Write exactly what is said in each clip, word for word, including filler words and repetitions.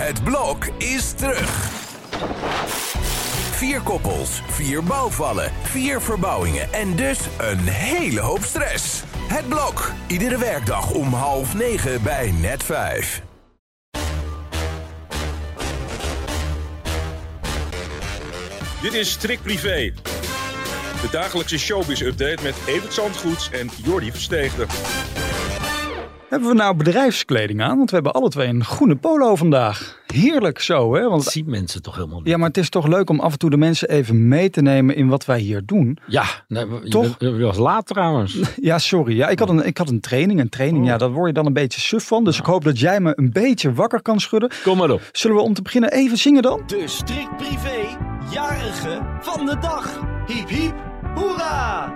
Het blok is terug. Vier koppels, vier bouwvallen, vier verbouwingen en dus een hele hoop stress. Het blok, iedere werkdag om half negen bij Net vijf. Dit is Strik Privé. De dagelijkse showbiz-update met Evert Zandgoeds en Jordi Versteegde. Hebben we nou bedrijfskleding aan? Want we hebben alle twee een groene polo vandaag. Heerlijk zo, hè? Want dat zien mensen toch helemaal niet. Ja, maar het is toch leuk om af en toe de mensen even mee te nemen in wat wij hier doen. Ja, nee, je, toch? Bent, je was laat trouwens. Ja, sorry. Ja, ik, had een, ik had een training. Een training, oh. ja, daar word je dan een beetje suf van. Dus ja. ik hoop dat jij me een beetje wakker kan schudden. Kom maar op. Zullen we om te beginnen even zingen dan? De Strik Privé jarige van de dag. Hiep hiep, hoera!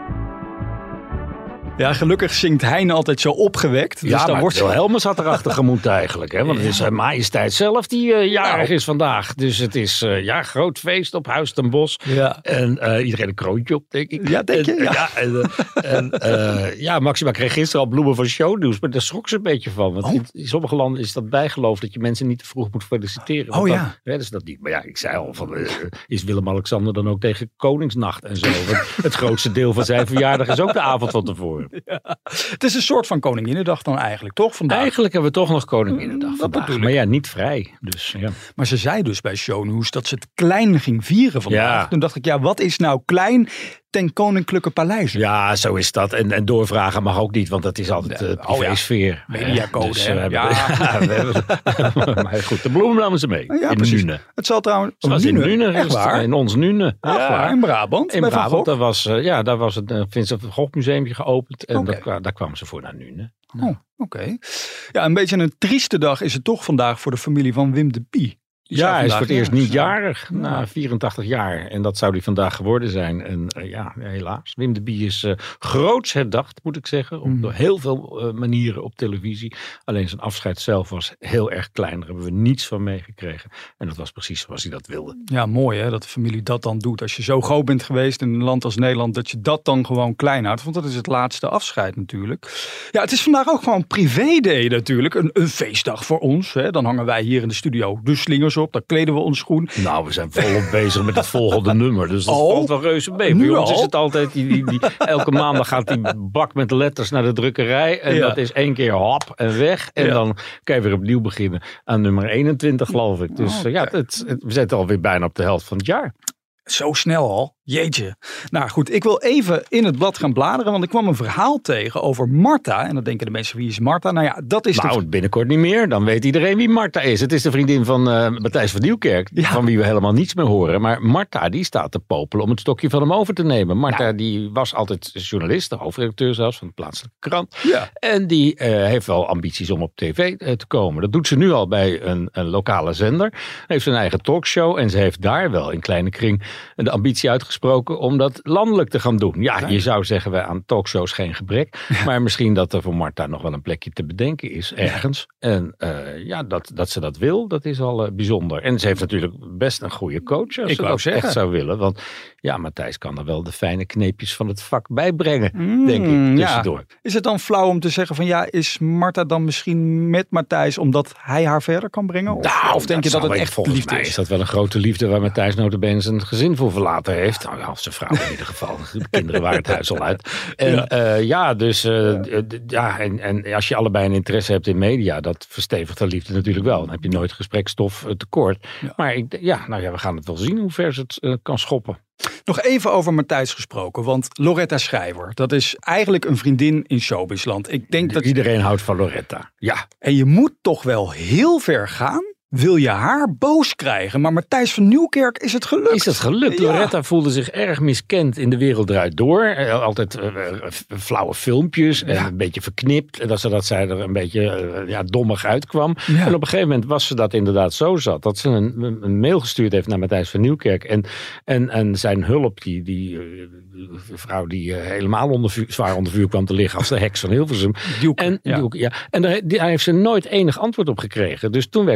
Ja, gelukkig zingt Heine altijd zo opgewekt. Dus ja, dan maar wordt... Wilhelmus had erachter gemoet eigenlijk. Hè? Want het is uh, majesteit zelf die uh, jarig nou. is vandaag. Dus het is uh, ja, groot feest op Huis ten Bosch. Ja. En uh, iedereen een kroontje op, denk ik. Ja, denk je? En, ja, ja, en, uh, en, uh, ja, Maxima kreeg gisteren al bloemen van shownieuws. Maar daar schrok ze een beetje van. Want oh. in, in sommige landen is dat bijgeloof dat je mensen niet te vroeg moet feliciteren. Oh ja. Dan redden ze dat niet. Maar ja, ik zei al, van, uh, is Willem-Alexander dan ook tegen Koningsnacht en zo? Want het grootste deel van zijn verjaardag is ook de avond van tevoren. Ja. Het is een soort van Koninginnedag dan eigenlijk, toch? Vandaag? Eigenlijk hebben we toch nog Koninginnedag mm, vandaag. Maar ja, niet vrij. Dus, ja. Maar ze zei dus bij Shownieuws dat ze het klein ging vieren vandaag. Ja. Toen dacht ik, ja, wat is nou klein ten Koninklijke Paleizen? Ja, zo is dat. En, en doorvragen mag ook niet, want dat is altijd uh, privésfeer. Oh ja. Mediacode. Dus, uh, ja. ja, we hebben, maar goed, de bloemen namen ze mee. Ja, in precies. Nune. Het zal trouwens... Het was in Nune. Echt waar? In ons Nune. Ja, ja. In Brabant. In Brabant. Daar was, uh, ja, daar was het uh, Vincent van Gogh Museum geopend. En okay. daar, daar kwamen ze voor naar Nune. Nou. Oh, oké. Okay. Ja, een beetje een trieste dag is het toch vandaag voor de familie van Wim de Bie. Ja, hij is voor het eerst niet jarig, ja. na vierentachtig jaar. En dat zou hij vandaag geworden zijn. En uh, ja, helaas. Wim de Bie is uh, groots herdacht, moet ik zeggen. Op mm. heel veel uh, manieren op televisie. Alleen zijn afscheid zelf was heel erg klein. Daar hebben we niets van meegekregen. En dat was precies zoals hij dat wilde. Ja, mooi hè, dat de familie dat dan doet. Als je zo groot bent geweest in een land als Nederland, dat je dat dan gewoon klein houdt. Want dat is het laatste afscheid natuurlijk. Ja, het is vandaag ook gewoon privé-day natuurlijk. Een, een feestdag voor ons. Hè. Dan hangen wij hier in de studio de slingers op. Dan kleden we ons groen. Nou, we zijn volop bezig met het volgende nummer. Dus dat oh, valt wel reuze mee. Bij ons is het altijd, die, die, die, elke maandag gaat die bak met de letters naar de drukkerij. En ja. dat is één keer hop en weg. En ja. dan kan je weer opnieuw beginnen aan nummer eenentwintig, geloof ik. Dus okay. ja, het, het, we zitten alweer bijna op de helft van het jaar. Zo snel al? Jeetje. Nou goed, ik wil even in het blad gaan bladeren, want ik kwam een verhaal tegen over Marta. En dan denken de mensen, wie is Marta? Nou ja, dat is... Nou, de... binnenkort niet meer. Dan weet iedereen wie Marta is. Het is de vriendin van uh, Matthijs van Nieuwkerk, ja. van wie we helemaal niets meer horen. Maar Marta, die staat te popelen om het stokje van hem over te nemen. Marta, ja. die was altijd journalist, de hoofdredacteur zelfs van de plaatselijke krant. Ja. En die uh, heeft wel ambities om op tv uh, te komen. Dat doet ze nu al bij een, een lokale zender. Heeft een eigen talkshow en ze heeft daar wel in kleine kring de ambitie uitgesproken om dat landelijk te gaan doen. Ja, je zou zeggen, wij aan talkshows geen gebrek. Ja. Maar misschien dat er voor Marta nog wel een plekje te bedenken is ergens. Ja. En uh, ja, dat, dat ze dat wil, dat is al uh, bijzonder. En ze heeft natuurlijk best een goede coach als Ik ze dat zeggen. echt zou willen. Want ja, Matthijs kan er wel de fijne kneepjes van het vak bijbrengen, mm, denk ik, tussendoor. Ja. Is het dan flauw om te zeggen van ja, is Marta dan misschien met Matthijs omdat hij haar verder kan brengen? Of, nou, of denk dat je dat het ik, echt volgens liefde mij is? Is dat wel een grote liefde waar Matthijs notabene zijn gezin voor verlaten heeft. Nou ja, of zijn vrouw in ieder geval. De kinderen waren het huis al uit. En ja, uh, ja dus uh, ja, en, en als je allebei een interesse hebt in media, dat verstevigt de liefde natuurlijk wel. Dan heb je nooit gesprekstof tekort. Ja. Maar ik, ja, nou ja, we gaan het wel zien hoe ver ze het uh, kan schoppen. Nog even over Matthijs gesproken, want Loretta Schrijver, dat is eigenlijk een vriendin in showbizland. Ik denk dat iedereen houdt van Loretta. Ja. En je moet toch wel heel ver gaan. Wil je haar boos krijgen? Maar Matthijs van Nieuwkerk is het gelukt. Is het gelukt? Ja. Loretta voelde zich erg miskend in De Wereld Draait Door. Altijd uh, flauwe filmpjes en ja. een beetje verknipt. En dat ze dat zij er een beetje uh, ja, dommig uitkwam. Ja. En op een gegeven moment was ze dat inderdaad zo zat. Dat ze een, een mail gestuurd heeft naar Matthijs van Nieuwkerk. En, en, en zijn hulp, die, die uh, vrouw die uh, helemaal onder vuur, zwaar onder vuur kwam te liggen als de heks van Hilversum. Duke, en ja. Duke, ja. en daar, die, daar heeft ze nooit enig antwoord op gekregen. Dus toen werd Loretta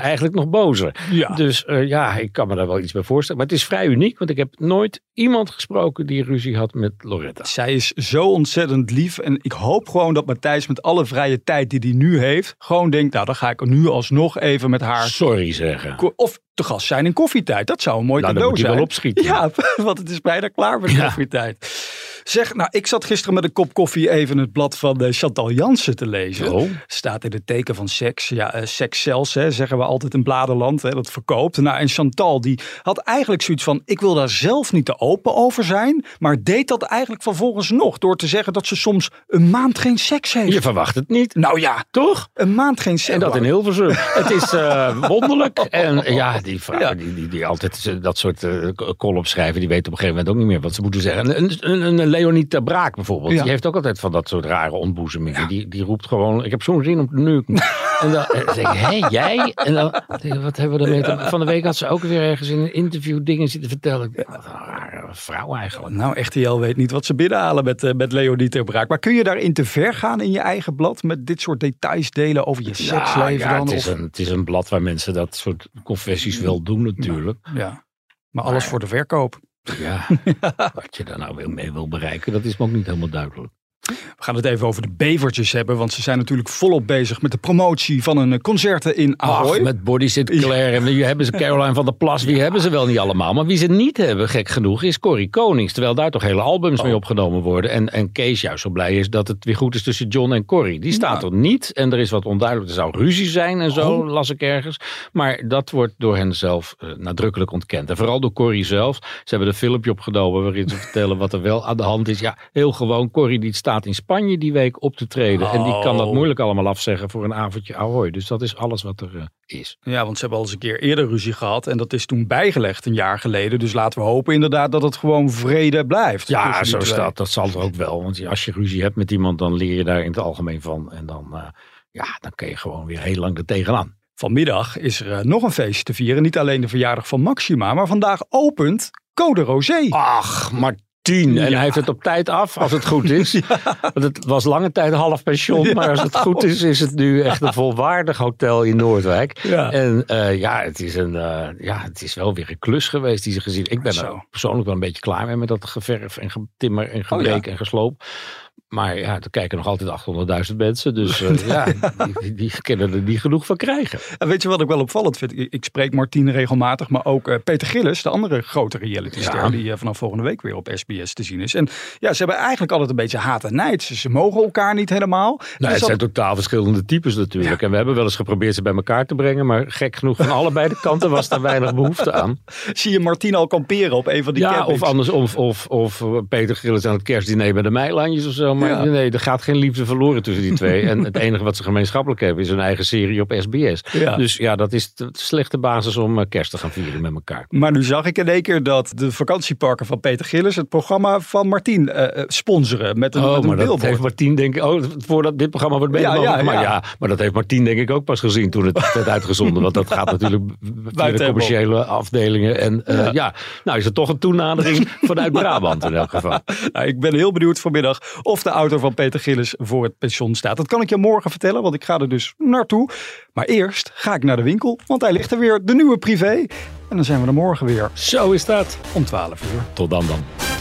eigenlijk nog bozer. Ja. Dus uh, ja, ik kan me daar wel iets bij voorstellen. Maar het is vrij uniek, want ik heb nooit iemand gesproken die ruzie had met Loretta. Zij is zo ontzettend lief en ik hoop gewoon dat Matthijs met alle vrije tijd die hij nu heeft, gewoon denkt, nou dan ga ik nu alsnog even met haar... Sorry zeggen. Of te gast zijn in koffietijd. Dat zou een mooi nou, cadeau dan moet zijn. Wel opschieten. Ja, want het is bijna klaar met ja. koffietijd. Zeg, nou, ik zat gisteren met een kop koffie even het blad van uh, Chantal Jansen te lezen. Oh. Staat in het teken van seks. Ja, uh, seks zelfs, hè, zeggen we altijd in bladerland. Hè, dat verkoopt. Nou, en Chantal, die had eigenlijk zoiets van, ik wil daar zelf niet te open over zijn. Maar deed dat eigenlijk vervolgens nog. Door te zeggen dat ze soms een maand geen seks heeft. Je verwacht het niet. Nou ja, toch? Een maand geen seks. En dat in Hilversum. Het is uh, wonderlijk. En ja, die vrouwen Ja. die, die, die altijd dat soort uh, columns schrijven, die weten op een gegeven moment ook niet meer wat ze moeten zeggen. Een, een, een Leonie ter Braak bijvoorbeeld, Ja. die heeft ook altijd van dat soort rare ontboezemingen. Ja. Die, die roept gewoon, ik heb zo'n zin om te neuken. En dan zeg ik, hé, jij? En dan, wat hebben we daarmee te... Van de week had ze ook weer ergens in een interview dingen zitten vertellen. Wat een rare vrouw eigenlijk. Nou, echt, J L weet niet wat ze binnenhalen met, uh, met Leonie ter Braak. Maar kun je daarin te ver gaan in je eigen blad met dit soort details delen over je Ja, seksleven ja, dan? het, is of... een, het is een blad waar mensen dat soort confessies wel doen natuurlijk. Ja, maar alles maar, voor de verkoop. Ja, wat je daar nou mee wil bereiken, dat is me ook niet helemaal duidelijk. We gaan het even over de bevertjes hebben, want ze zijn natuurlijk volop bezig met de promotie van een concerten in Ahoy. Ach, met Body Sit Claire en wie hebben ze Caroline van der Plas, wie ja. hebben ze wel niet allemaal. Maar wie ze niet hebben, gek genoeg, is Corrie Konings. Terwijl daar toch hele albums oh. mee opgenomen worden. En, en Kees juist zo blij is dat het weer goed is tussen John en Corrie. Die staat ja. er niet en er is wat onduidelijk. Er zou ruzie zijn en zo, oh. las ik ergens. Maar dat wordt door hen zelf uh, nadrukkelijk ontkend. En vooral door Corrie zelf. Ze hebben een filmpje opgenomen waarin ze vertellen wat er wel aan de hand is. Ja, heel gewoon. Corrie die staat in Spanje die week op te treden. Oh. En die kan dat moeilijk allemaal afzeggen voor een avondje Ahoy. Dus dat is alles wat er uh, is. Ja, want ze hebben al eens een keer eerder ruzie gehad. En dat is toen bijgelegd een jaar geleden. Dus laten we hopen inderdaad dat het gewoon vrede blijft. Ja, zo staat. Dat zal er ook wel. Want als je ruzie hebt met iemand, dan leer je daar in het algemeen van. En dan, uh, ja, dan kun je gewoon weer heel lang er tegenaan. Vanmiddag is er uh, nog een feest te vieren. Niet alleen de verjaardag van Maxima, maar vandaag opent Code Rosé. Ach, maar tien. En ja. hij heeft het op tijd af, als het goed is. Ja. Want het was lange tijd half pension. Ja. Maar als het goed is, is het nu echt een volwaardig hotel in Noordwijk. Ja. En uh, ja, het is een, uh, ja, het is wel weer een klus geweest die ze gezien. Ik ben er persoonlijk wel een beetje klaar mee met dat geverf en getimmer en gebreken oh, ja. en gesloop. Maar ja, er kijken nog altijd achthonderdduizend mensen. Dus uh, ja, die, die, die kunnen er niet genoeg van krijgen. En weet je wat ik wel opvallend vind? Ik, ik spreek Martien regelmatig, maar ook uh, Peter Gillis, de andere grote realityster, ja. die uh, vanaf volgende week weer op S B S te zien is. En ja, ze hebben eigenlijk altijd een beetje haat en nijd. Ze, ze mogen elkaar niet helemaal. Nee, het zijn totaal verschillende types natuurlijk. Ja. En we hebben wel eens geprobeerd ze bij elkaar te brengen, maar gek genoeg van allebei de kanten was daar weinig behoefte aan. Zie je Martien al kamperen op een van die ja, campings? Of anders, of, of, of Peter Gillis aan het kerstdiner bij de Meilandjes of zo. Maar ja. nee, er gaat geen liefde verloren tussen die twee. En het enige wat ze gemeenschappelijk hebben is hun eigen serie op S B S. Ja. Dus ja, dat is de slechte basis om kerst te gaan vieren met elkaar. Maar nu zag ik in één keer dat de vakantieparken van Peter Gillis het programma van Martien uh, sponsoren met een, oh, met een maar billboard. Dat heeft Martien denk ik, oh, voordat dit programma wordt mede mogelijk gemaakt. Ja, ja. ja, maar dat heeft Martien denk ik ook pas gezien toen het werd uitgezonden. Want dat gaat natuurlijk via de commerciële afdelingen. En uh, ja. ja, nou is het toch een toenadering vanuit Brabant in elk geval. Nou, ik ben heel benieuwd vanmiddag of de auto van Peter Gillis voor het pensioen staat. Dat kan ik je morgen vertellen, want ik ga er dus naartoe. Maar eerst ga ik naar de winkel, want hij ligt er weer, de nieuwe privé. En dan zijn we er morgen weer. Zo is dat. Om twaalf uur. Tot dan dan.